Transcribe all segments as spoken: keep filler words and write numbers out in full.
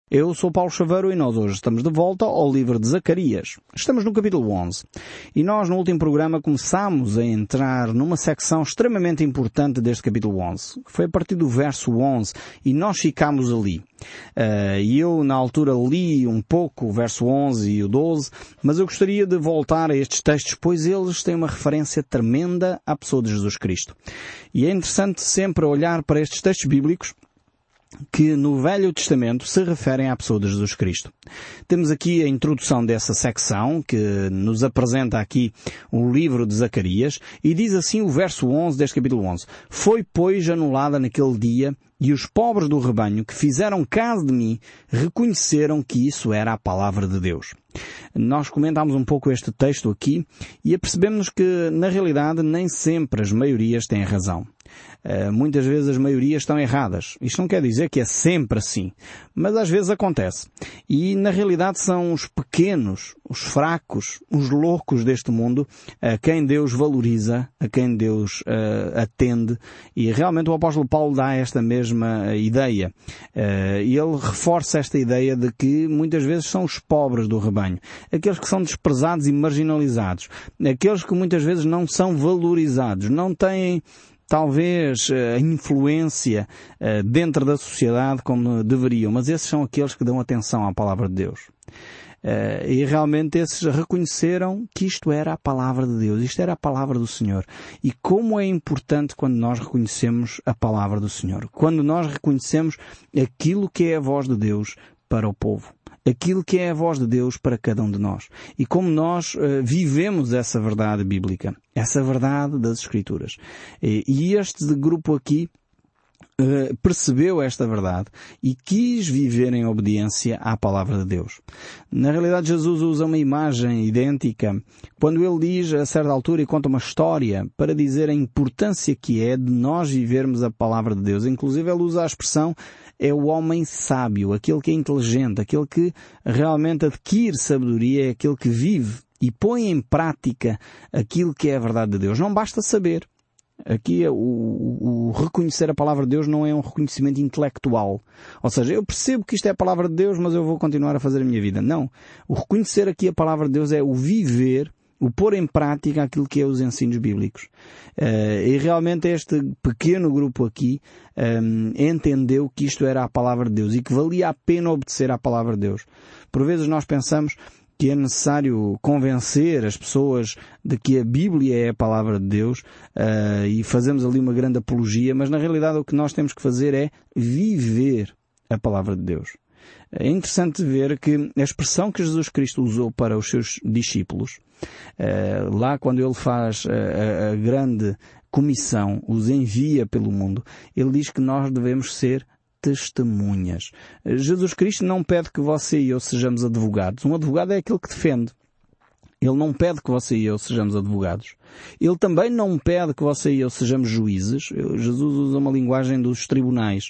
Eu sou Paulo Chaveiro e nós hoje estamos de volta ao livro de Zacarias. Estamos no capítulo onze. E nós no último programa começámos a entrar numa secção extremamente importante deste capítulo onze. Foi a partir do verso onze e nós ficámos ali. Uh, e eu na altura li um pouco o verso onze e o doze, mas eu gostaria de voltar a estes textos, pois eles têm uma referência tremenda à pessoa de Jesus Cristo. E é interessante sempre olhar para estes textos bíblicos que no Velho Testamento se referem à pessoa de Jesus Cristo. Temos aqui a introdução dessa secção que nos apresenta aqui o livro de Zacarias e diz assim o verso onze deste capítulo onze. Foi, pois, anulada naquele dia e os pobres do rebanho que fizeram caso de mim reconheceram que isso era a palavra de Deus. Nós comentámos um pouco este texto aqui e apercebemos que, na realidade, nem sempre as maiorias têm razão. Uh, muitas vezes as maiorias estão erradas. Isto não quer dizer que é sempre assim, mas às vezes acontece. E na realidade são os pequenos, os fracos, os loucos deste mundo a quem Deus valoriza, a quem Deus uh, atende. E realmente o apóstolo Paulo dá esta mesma ideia. Uh, e ele reforça esta ideia de que muitas vezes são os pobres do rebanho, aqueles que são desprezados e marginalizados, aqueles que muitas vezes não são valorizados, não têm talvez a influência uh, dentro da sociedade como deveriam, mas esses são aqueles que dão atenção à palavra de Deus. Uh, e realmente esses reconheceram que isto era a palavra de Deus, isto era a palavra do Senhor. E como é importante quando nós reconhecemos a palavra do Senhor, quando nós reconhecemos aquilo que é a voz de Deus para o povo, aquilo que é a voz de Deus para cada um de nós. E como nós uh, vivemos essa verdade bíblica, essa verdade das Escrituras. E, e este grupo aqui uh, percebeu esta verdade e quis viver em obediência à palavra de Deus. Na realidade, Jesus usa uma imagem idêntica quando ele diz, a certa altura, e conta uma história para dizer a importância que é de nós vivermos a palavra de Deus. Inclusive, ele usa a expressão é o homem sábio, aquele que é inteligente, aquele que realmente adquire sabedoria, é aquele que vive e põe em prática aquilo que é a verdade de Deus. Não basta saber. Aqui o, o, o reconhecer a palavra de Deus não é um reconhecimento intelectual. Ou seja, eu percebo que isto é a palavra de Deus, mas eu vou continuar a fazer a minha vida. Não. O reconhecer aqui a palavra de Deus é o viver, o pôr em prática aquilo que é os ensinos bíblicos. Uh, e realmente este pequeno grupo aqui um, entendeu que isto era a palavra de Deus e que valia a pena obedecer à palavra de Deus. Por vezes nós pensamos que é necessário convencer as pessoas de que a Bíblia é a palavra de Deus uh, e fazemos ali uma grande apologia, mas na realidade o que nós temos que fazer é viver a palavra de Deus. É interessante ver que a expressão que Jesus Cristo usou para os seus discípulos, uh, lá quando ele faz a, a grande comissão, os envia pelo mundo, ele diz que nós devemos ser testemunhas. Jesus Cristo não pede que você e eu sejamos advogados. Um advogado é aquele que defende. Ele não pede que você e eu sejamos advogados. Ele também não pede que você e eu sejamos juízes. Jesus usa uma linguagem dos tribunais.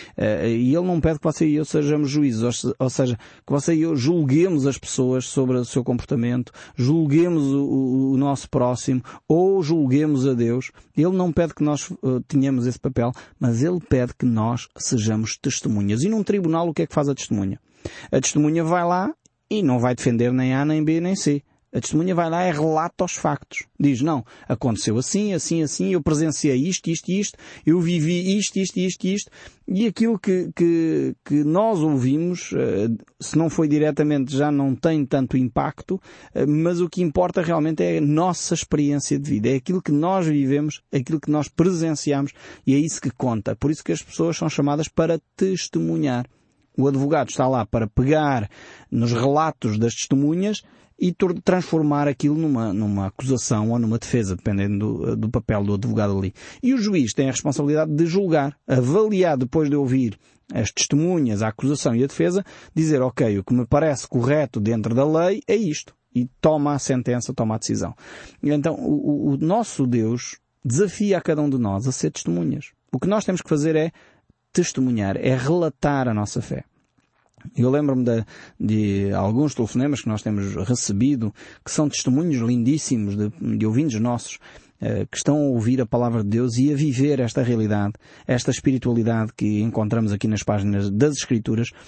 E Ele não pede que você e eu sejamos juízes. Ou seja, que você e eu julguemos as pessoas sobre o seu comportamento, julguemos o, o nosso próximo, ou julguemos a Deus. Ele não pede que nós uh, tenhamos esse papel, mas Ele pede que nós sejamos testemunhas. E num tribunal o que é que faz a testemunha? A testemunha vai lá e não vai defender nem A, nem B, nem C. A testemunha vai lá e relata os factos. Diz, não, aconteceu assim, assim, assim, eu presenciei isto, isto e isto, eu vivi isto, isto, isto e isto. E aquilo que, que, que nós ouvimos, se não foi diretamente, já não tem tanto impacto, mas o que importa realmente é a nossa experiência de vida. É aquilo que nós vivemos, aquilo que nós presenciamos, e é isso que conta. Por isso que as pessoas são chamadas para testemunhar. O advogado está lá para pegar nos relatos das testemunhas e transformar aquilo numa, numa acusação ou numa defesa, dependendo do, do papel do advogado ali. E o juiz tem a responsabilidade de julgar, avaliar depois de ouvir as testemunhas, a acusação e a defesa, dizer, ok, o que me parece correto dentro da lei é isto. E toma a sentença, toma a decisão. E então, o, o nosso Deus desafia a cada um de nós a ser testemunhas. O que nós temos que fazer é testemunhar, é relatar a nossa fé. Eu lembro-me de, de alguns telefonemas que nós temos recebido, que são testemunhos lindíssimos de, de ouvintes nossos, uh, que estão a ouvir a palavra de Deus e a viver esta realidade, esta espiritualidade que encontramos aqui nas páginas das Escrituras.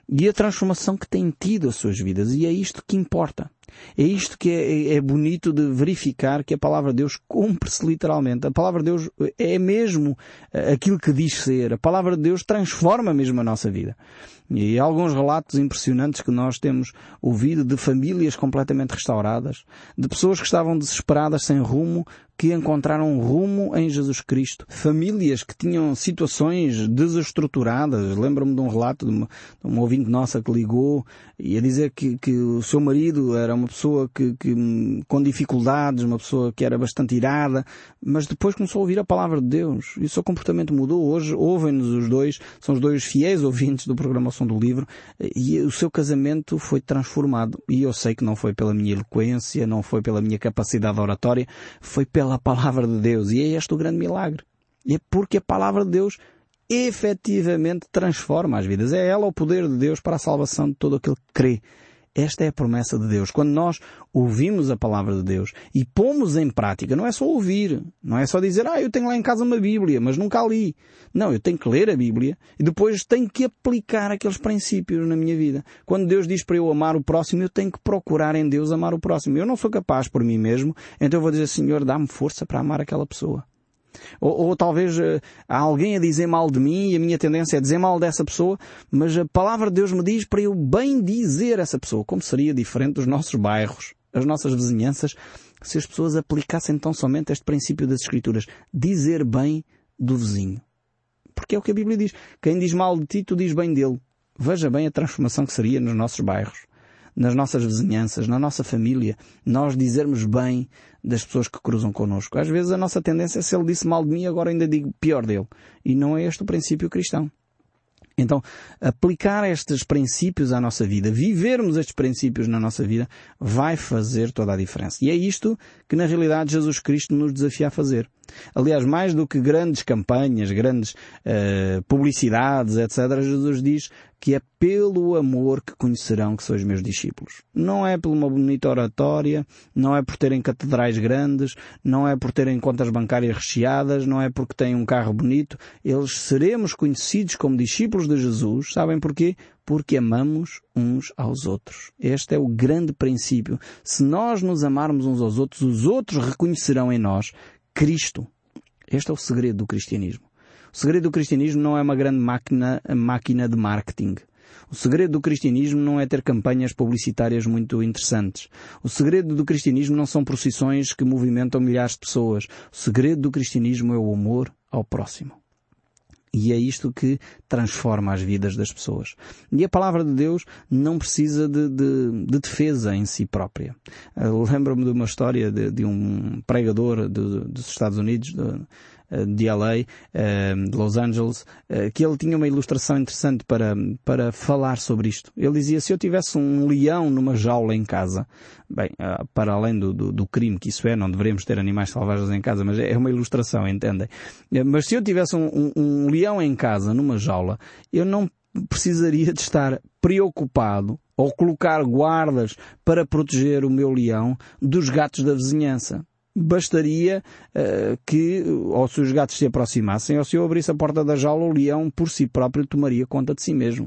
e a transformação que têm tido as suas vidas. E é isto que importa. É isto que é, é bonito de verificar, que a palavra de Deus cumpre-se literalmente. A palavra de Deus é mesmo aquilo que diz ser. A palavra de Deus transforma mesmo a nossa vida. E há alguns relatos impressionantes que nós temos ouvido de famílias completamente restauradas, de pessoas que estavam desesperadas sem rumo, que encontraram rumo em Jesus Cristo. Famílias que tinham situações desestruturadas. Lembro-me de um relato de uma, de uma ouvinte nossa que ligou e a dizer que, que o seu marido era uma pessoa que, que, com dificuldades, uma pessoa que era bastante irada, mas depois começou a ouvir a palavra de Deus e o seu comportamento mudou. Hoje ouvem-nos os dois, são os dois fiéis ouvintes do programa Som do Livro, e o seu casamento foi transformado. E eu sei que não foi pela minha eloquência, não foi pela minha capacidade oratória, foi pela a palavra de Deus. E é este o grande milagre. E é porque a palavra de Deus efetivamente transforma as vidas. É ela o poder de Deus para a salvação de todo aquele que crê. Esta é a promessa de Deus. Quando nós ouvimos a palavra de Deus e pomos em prática, não é só ouvir, não é só dizer, ah, eu tenho lá em casa uma Bíblia, mas nunca a li. Não, eu tenho que ler a Bíblia e depois tenho que aplicar aqueles princípios na minha vida. Quando Deus diz para eu amar o próximo, eu tenho que procurar em Deus amar o próximo. Eu não sou capaz por mim mesmo, então eu vou dizer, Senhor, dá-me força para amar aquela pessoa. Ou, ou talvez uh, há alguém a dizer mal de mim e a minha tendência é dizer mal dessa pessoa, mas a palavra de Deus me diz para eu bem dizer essa pessoa. Como seria diferente dos nossos bairros, as nossas vizinhanças, se as pessoas aplicassem tão somente este princípio das Escrituras, dizer bem do vizinho. Porque é o que a Bíblia diz. Quem diz mal de ti, tu diz bem dele. Veja bem a transformação que seria nos nossos bairros, nas nossas vizinhanças, na nossa família, nós dizermos bem das pessoas que cruzam connosco. Às vezes a nossa tendência é, se ele disse mal de mim, agora ainda digo pior dele. E não é este o princípio cristão. Então, aplicar estes princípios à nossa vida, vivermos estes princípios na nossa vida, vai fazer toda a diferença. E é isto que, na realidade, Jesus Cristo nos desafia a fazer. Aliás, mais do que grandes campanhas, grandes uh, publicidades, etcétera, Jesus diz que é pelo amor que conhecerão que sois meus discípulos. Não é por uma bonita oratória, não é por terem catedrais grandes, não é por terem contas bancárias recheadas, não é porque têm um carro bonito. Eles seremos conhecidos como discípulos de Jesus. Sabem porquê? Porque amamos uns aos outros. Este é o grande princípio. Se nós nos amarmos uns aos outros, os outros reconhecerão em nós Cristo. Este é o segredo do cristianismo. O segredo do cristianismo não é uma grande máquina, máquina de marketing. O segredo do cristianismo não é ter campanhas publicitárias muito interessantes. O segredo do cristianismo não são procissões que movimentam milhares de pessoas. O segredo do cristianismo é o amor ao próximo. E é isto que transforma as vidas das pessoas. E a palavra de Deus não precisa de, de, de defesa em si própria. Eu lembro-me de uma história de, de um pregador de, dos Estados Unidos, de, de L A, de Los Angeles, que ele tinha uma ilustração interessante para, para falar sobre isto. Ele dizia, se eu tivesse um leão numa jaula em casa, bem, para além do, do, do crime que isso é, não deveríamos ter animais selvagens em casa, mas é uma ilustração, entendem? Mas se eu tivesse um, um, um leão em casa, numa jaula, eu não precisaria de estar preocupado ou colocar guardas para proteger o meu leão dos gatos da vizinhança. Bastaria uh, que, ou se os gatos se aproximassem, ou se eu abrisse a porta da jaula, o leão por si próprio tomaria conta de si mesmo.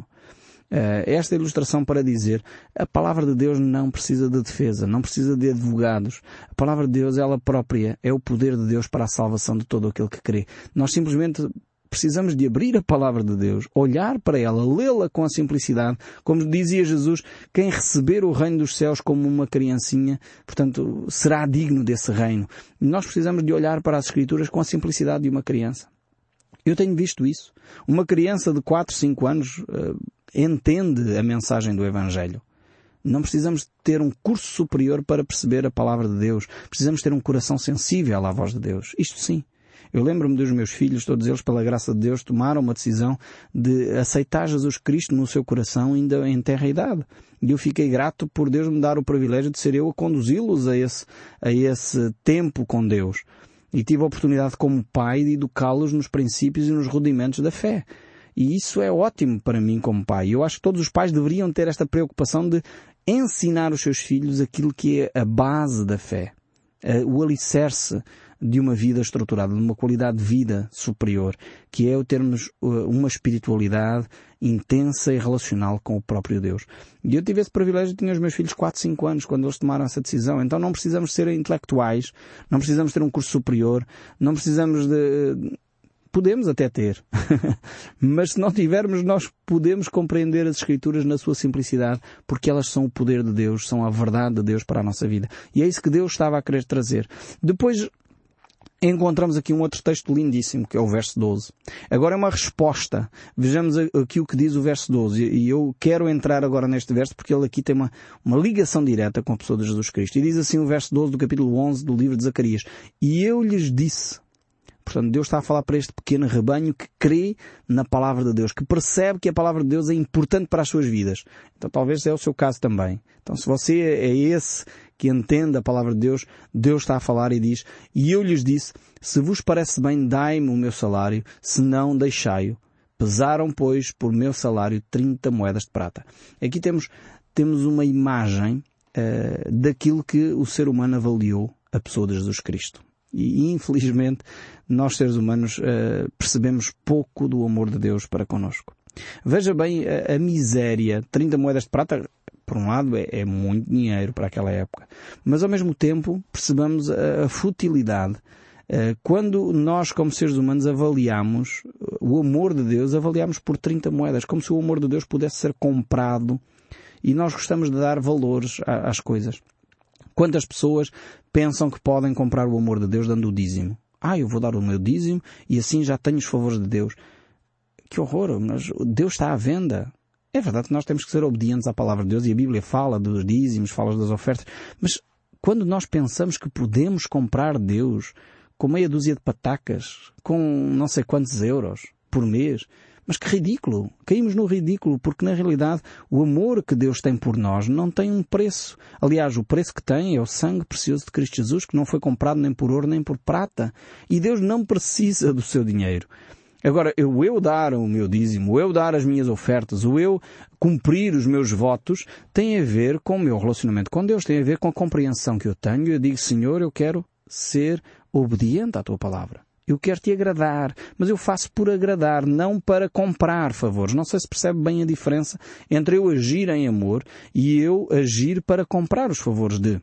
Uh, esta ilustração para dizer, a palavra de Deus não precisa de defesa, não precisa de advogados. A palavra de Deus, ela própria, é o poder de Deus para a salvação de todo aquele que crê. Nós simplesmente precisamos de abrir a palavra de Deus, olhar para ela, lê-la com a simplicidade. Como dizia Jesus, quem receber o reino dos céus como uma criancinha, portanto, será digno desse reino. E nós precisamos de olhar para as Escrituras com a simplicidade de uma criança. Eu tenho visto isso. Uma criança de quatro, cinco anos uh, entende a mensagem do Evangelho. Não precisamos ter um curso superior para perceber a palavra de Deus. Precisamos ter um coração sensível à voz de Deus. Isto sim. Eu lembro-me dos meus filhos, todos eles, pela graça de Deus, tomaram uma decisão de aceitar Jesus Cristo no seu coração ainda em tenra idade. E eu fiquei grato por Deus me dar o privilégio de ser eu a conduzi-los a esse, a esse tempo com Deus. E tive a oportunidade como pai de educá-los nos princípios e nos rudimentos da fé. E isso é ótimo para mim como pai. Eu acho que todos os pais deveriam ter esta preocupação de ensinar os seus filhos aquilo que é a base da fé. uh, o alicerce de uma vida estruturada, de uma qualidade de vida superior, que é o termos uh, uma espiritualidade intensa e relacional com o próprio Deus. E eu tive esse privilégio, tinha os meus filhos quatro, cinco anos quando eles tomaram essa decisão. Então não precisamos ser intelectuais, não precisamos ter um curso superior, não precisamos de... Podemos até ter, mas se não tivermos, nós podemos compreender as Escrituras na sua simplicidade, porque elas são o poder de Deus, são a verdade de Deus para a nossa vida. E é isso que Deus estava a querer trazer. Depois encontramos aqui um outro texto lindíssimo, que é o verso doze. Agora é uma resposta. Vejamos aqui o que diz o verso doze. E eu quero entrar agora neste verso, porque ele aqui tem uma, uma ligação direta com a pessoa de Jesus Cristo. E diz assim o verso doze do capítulo onze do livro de Zacarias. E eu lhes disse... Portanto, Deus está a falar para este pequeno rebanho que crê na palavra de Deus, que percebe que a palavra de Deus é importante para as suas vidas. Então talvez é o seu caso também. Então se você é esse que entende a palavra de Deus, Deus está a falar e diz, e eu lhes disse, se vos parece bem, dai-me o meu salário, se não, deixai-o. Pesaram, pois, por meu salário trinta moedas de prata. Aqui temos, temos uma imagem uh, daquilo que o ser humano avaliou a pessoa de Jesus Cristo. E, infelizmente, nós seres humanos uh, percebemos pouco do amor de Deus para connosco. Veja bem a, a miséria. trinta moedas de prata, por um lado, é, é muito dinheiro para aquela época. Mas, ao mesmo tempo, percebamos a, a futilidade. Uh, quando nós, como seres humanos, avaliamos o amor de Deus, avaliamos por trinta moedas, como se o amor de Deus pudesse ser comprado. E nós gostamos de dar valores a, às coisas. Quantas pessoas pensam que podem comprar o amor de Deus dando o dízimo? Ah, eu vou dar o meu dízimo e assim já tenho os favores de Deus. Que horror, mas Deus está à venda. É verdade que nós temos que ser obedientes à palavra de Deus e a Bíblia fala dos dízimos, fala das ofertas, mas quando nós pensamos que podemos comprar Deus com meia dúzia de patacas, com não sei quantos euros por mês, mas que ridículo! Caímos no ridículo, porque na realidade o amor que Deus tem por nós não tem um preço. Aliás, o preço que tem é o sangue precioso de Cristo Jesus, que não foi comprado nem por ouro nem por prata. E Deus não precisa do seu dinheiro. Agora, eu, eu dar o meu dízimo, eu dar as minhas ofertas, o eu cumprir os meus votos, tem a ver com o meu relacionamento com Deus, tem a ver com a compreensão que eu tenho. Eu digo, Senhor, eu quero ser obediente à Tua palavra. Eu quero te agradar, mas eu faço por agradar, não para comprar favores. Não sei se percebe bem a diferença entre eu agir em amor e eu agir para comprar os favores de.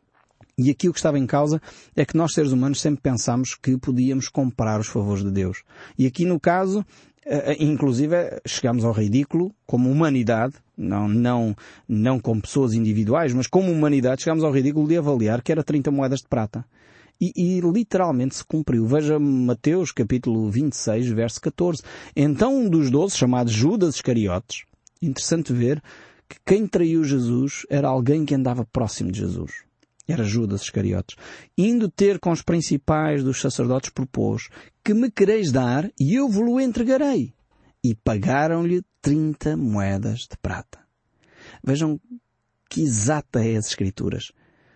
E aqui o que estava em causa é que nós, seres humanos, sempre pensámos que podíamos comprar os favores de Deus. E aqui no caso, inclusive, chegámos ao ridículo como humanidade, não, não, não como pessoas individuais, mas como humanidade, chegámos ao ridículo de avaliar que era trinta moedas de prata. E, e literalmente se cumpriu. Veja Mateus capítulo vinte e seis, verso catorze. Então um dos doze, chamado Judas Iscariotes, interessante ver que quem traiu Jesus era alguém que andava próximo de Jesus. Era Judas Iscariotes. Indo ter com os principais dos sacerdotes propôs, que me quereis dar e eu vos-lo entregarei. E pagaram-lhe trinta moedas de prata. Vejam que exata é as Escrituras.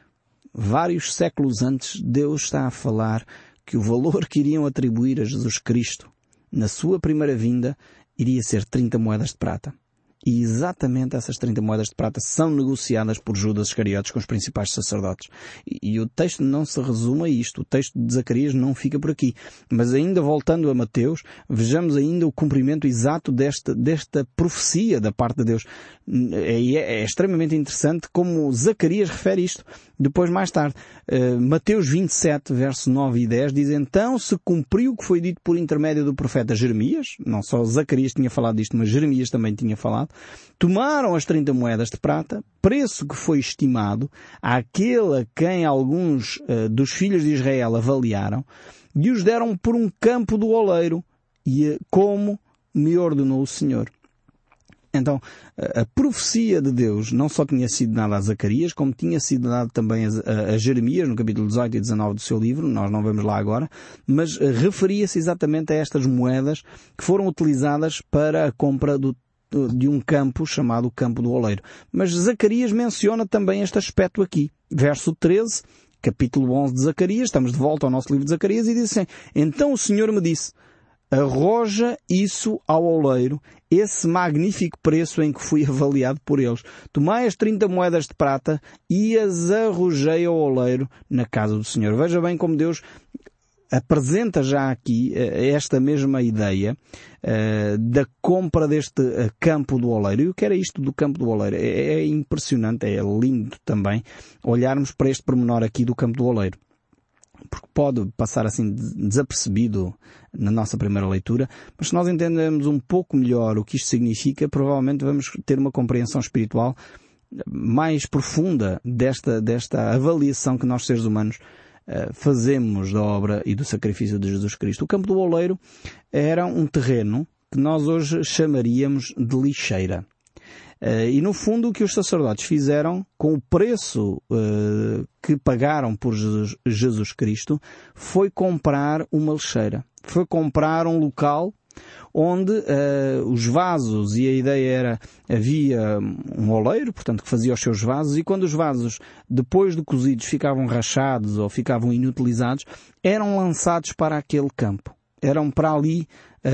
Vários séculos antes, Deus está a falar que o valor que iriam atribuir a Jesus Cristo na sua primeira vinda iria ser trinta moedas de prata. E exatamente essas trinta moedas de prata são negociadas por Judas Iscariotes com os principais sacerdotes. E, e o texto não se resume a isto. O texto de Zacarias não fica por aqui. Mas ainda voltando a Mateus, vejamos ainda o cumprimento exato desta, desta profecia da parte de Deus. É, é, é extremamente interessante como Zacarias refere isto. Depois, mais tarde, uh, Mateus vinte e sete, verso nove e dez, diz: então se cumpriu o que foi dito por intermédio do profeta Jeremias, não só Zacarias tinha falado disto, mas Jeremias também tinha falado, tomaram as trinta moedas de prata, preço que foi estimado àquele a quem alguns uh, dos filhos de Israel avaliaram, e os deram por um campo do oleiro, e uh, como me ordenou o Senhor. Então, a profecia de Deus não só tinha sido dada a Zacarias, como tinha sido dada também a, a Jeremias, no capítulo dezoito e dezanove do seu livro, nós não vamos lá agora, mas referia-se exatamente a estas moedas que foram utilizadas para a compra do, de um campo chamado Campo do Oleiro. Mas Zacarias menciona também este aspecto aqui. Verso treze, capítulo onze de Zacarias, estamos de volta ao nosso livro de Zacarias, e diz assim: então o Senhor me disse, arroja isso ao oleiro, esse magnífico preço em que fui avaliado por eles. Tomai as trinta moedas de prata e as arrojei ao oleiro na casa do Senhor. Veja bem como Deus apresenta já aqui uh, esta mesma ideia uh, da compra deste uh, campo do oleiro. E o que era isto do campo do oleiro? É, é impressionante, é lindo também olharmos para este pormenor aqui do campo do oleiro. Porque pode passar assim desapercebido na nossa primeira leitura, mas se nós entendermos um pouco melhor o que isto significa, provavelmente vamos ter uma compreensão espiritual mais profunda desta, desta avaliação que nós seres humanos uh, fazemos da obra e do sacrifício de Jesus Cristo. O campo do oleiro era um terreno que nós hoje chamaríamos de lixeira. Uh, e no fundo o que os sacerdotes fizeram com o preço uh, que pagaram por Jesus, Jesus Cristo foi comprar uma lixeira. Foi comprar um local onde uh, os vasos, e a ideia era, havia um oleiro, portanto, que fazia os seus vasos, e quando os vasos, depois de cozidos, ficavam rachados ou ficavam inutilizados, eram lançados para aquele campo. Eram para ali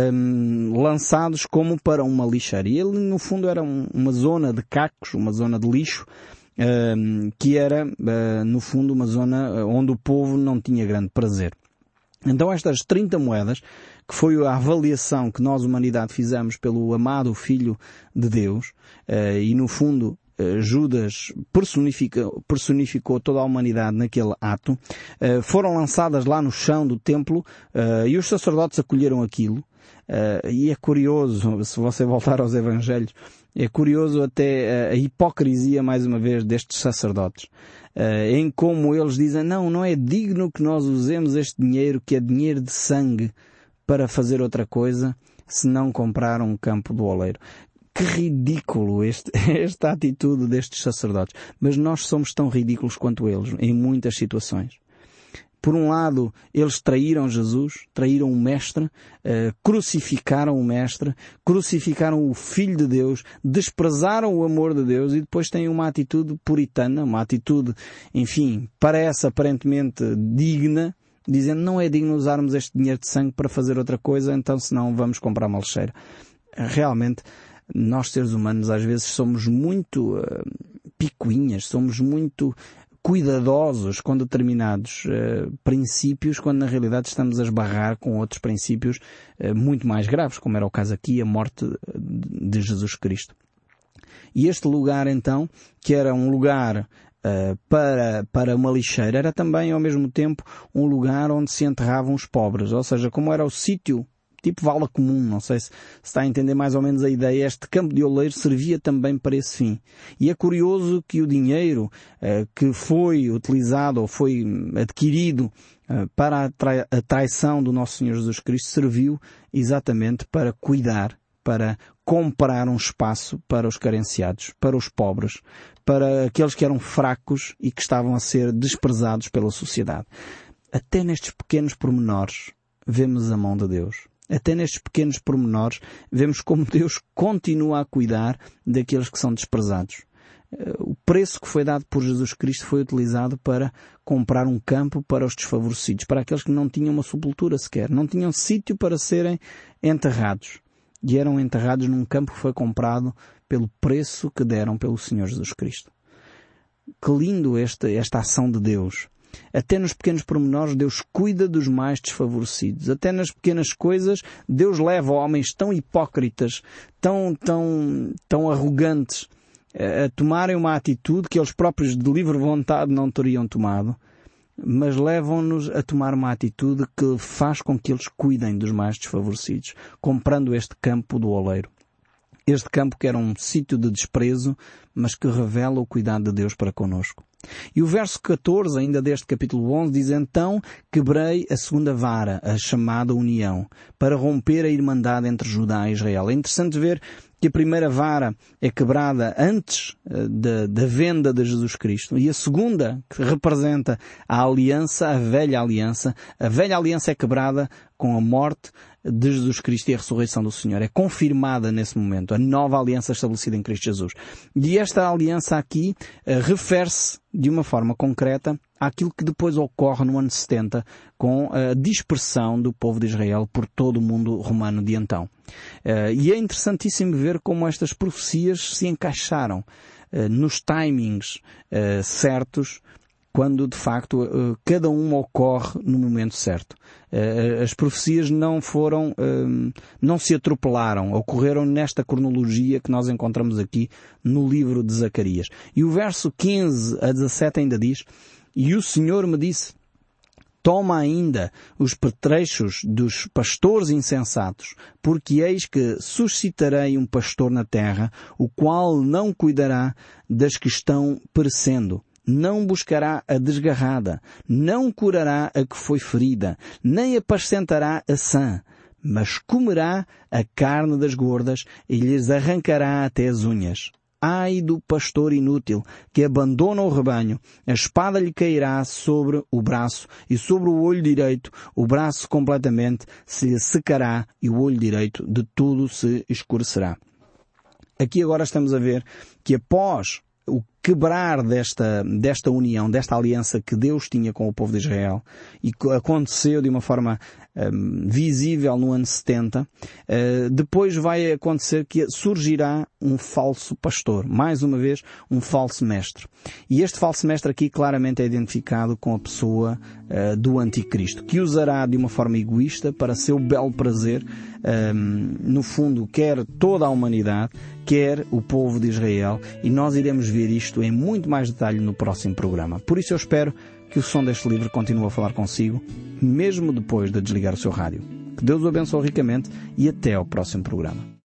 um, lançados como para uma lixeira. E ele, no fundo, era um, uma zona de cacos, uma zona de lixo, um, que era, uh, no fundo, uma zona onde o povo não tinha grande prazer. Então estas trinta moedas, que foi a avaliação que nós, humanidade, fizemos pelo amado Filho de Deus, uh, e no fundo Judas personificou, personificou toda a humanidade naquele ato, uh, foram lançadas lá no chão do templo uh, e os sacerdotes acolheram aquilo. Uh, e é curioso, se você voltar aos Evangelhos, é curioso até a hipocrisia, mais uma vez, destes sacerdotes. Uh, em como eles dizem, não, não é digno que nós usemos este dinheiro, que é dinheiro de sangue, para fazer outra coisa, se não comprar um campo do oleiro. Que ridículo este, esta atitude destes sacerdotes. Mas nós somos tão ridículos quanto eles, em muitas situações. Por um lado, eles traíram Jesus, traíram o Mestre, uh, crucificaram o Mestre, crucificaram o Filho de Deus, desprezaram o amor de Deus e depois têm uma atitude puritana, uma atitude, enfim, parece aparentemente digna, dizendo não é digno usarmos este dinheiro de sangue para fazer outra coisa, então senão vamos comprar uma lixeira. Realmente, nós seres humanos às vezes somos muito uh, picuinhas, somos muito cuidadosos com determinados uh, princípios, quando na realidade estamos a esbarrar com outros princípios uh, muito mais graves, como era o caso aqui, a morte de Jesus Cristo. E este lugar então, que era um lugar uh, para, para uma lixeira, era também ao mesmo tempo um lugar onde se enterravam os pobres, ou seja, como era o sítio tipo vala comum, não sei se, se está a entender mais ou menos a ideia, este campo de oleiro servia também para esse fim. E é curioso que o dinheiro eh, que foi utilizado ou foi adquirido eh, para a, trai- a traição do nosso Senhor Jesus Cristo serviu exatamente para cuidar, para comprar um espaço para os carenciados, para os pobres, para aqueles que eram fracos e que estavam a ser desprezados pela sociedade. Até nestes pequenos pormenores vemos a mão de Deus. Até nestes pequenos pormenores, vemos como Deus continua a cuidar daqueles que são desprezados. O preço que foi dado por Jesus Cristo foi utilizado para comprar um campo para os desfavorecidos, para aqueles que não tinham uma sepultura sequer, não tinham sítio para serem enterrados. E eram enterrados num campo que foi comprado pelo preço que deram pelo Senhor Jesus Cristo. Que lindo esta, esta ação de Deus. Até nos pequenos pormenores Deus cuida dos mais desfavorecidos. Até nas pequenas coisas Deus leva homens tão hipócritas, tão, tão, tão arrogantes a tomarem uma atitude que eles próprios de livre vontade não teriam tomado, mas levam-nos a tomar uma atitude que faz com que eles cuidem dos mais desfavorecidos, comprando este campo do oleiro. Este campo que era um sítio de desprezo, mas que revela o cuidado de Deus para connosco. E o verso catorze, ainda deste capítulo onze, diz: então quebrei a segunda vara, a chamada união, para romper a irmandade entre Judá e Israel. É interessante ver que a primeira vara é quebrada antes uh, da, da venda de Jesus Cristo. E a segunda, que representa a aliança, a velha aliança, a velha aliança é quebrada com a morte de Jesus Cristo e a ressurreição do Senhor. É confirmada nesse momento a nova aliança estabelecida em Cristo Jesus. E esta aliança aqui uh, refere-se de uma forma concreta àquilo que depois ocorre no ano setenta com a dispersão do povo de Israel por todo o mundo romano de então. Uh, e é interessantíssimo ver como estas profecias se encaixaram uh, nos timings uh, certos, quando de facto uh, cada uma ocorre no momento certo. Uh, as profecias não foram, uh, não se atropelaram, ocorreram nesta cronologia que nós encontramos aqui no livro de Zacarias. E o verso quinze a dezassete ainda diz: "E o Senhor me disse, toma ainda os petrechos dos pastores insensatos, porque eis que suscitarei um pastor na terra, o qual não cuidará das que estão perecendo. Não buscará a desgarrada, não curará a que foi ferida, nem apacentará a sã, mas comerá a carne das gordas e lhes arrancará até as unhas. Ai do pastor inútil, que abandona o rebanho, a espada lhe cairá sobre o braço e sobre o olho direito, o braço completamente se lhe secará e o olho direito de tudo se escurecerá." Aqui agora estamos a ver que após o quebrar desta, desta união, desta aliança que Deus tinha com o povo de Israel, e que aconteceu de uma forma um, visível no ano setenta, uh, depois vai acontecer que surgirá um falso pastor, mais uma vez um falso mestre. E este falso mestre aqui claramente é identificado com a pessoa uh, do anticristo, que usará de uma forma egoísta para seu belo prazer, um, no fundo, quer toda a humanidade, quer o povo de Israel, e nós iremos ver isto em muito mais detalhe no próximo programa. Por isso eu espero que o som deste livro continue a falar consigo, mesmo depois de desligar o seu rádio. Que Deus o abençoe ricamente e até ao próximo programa.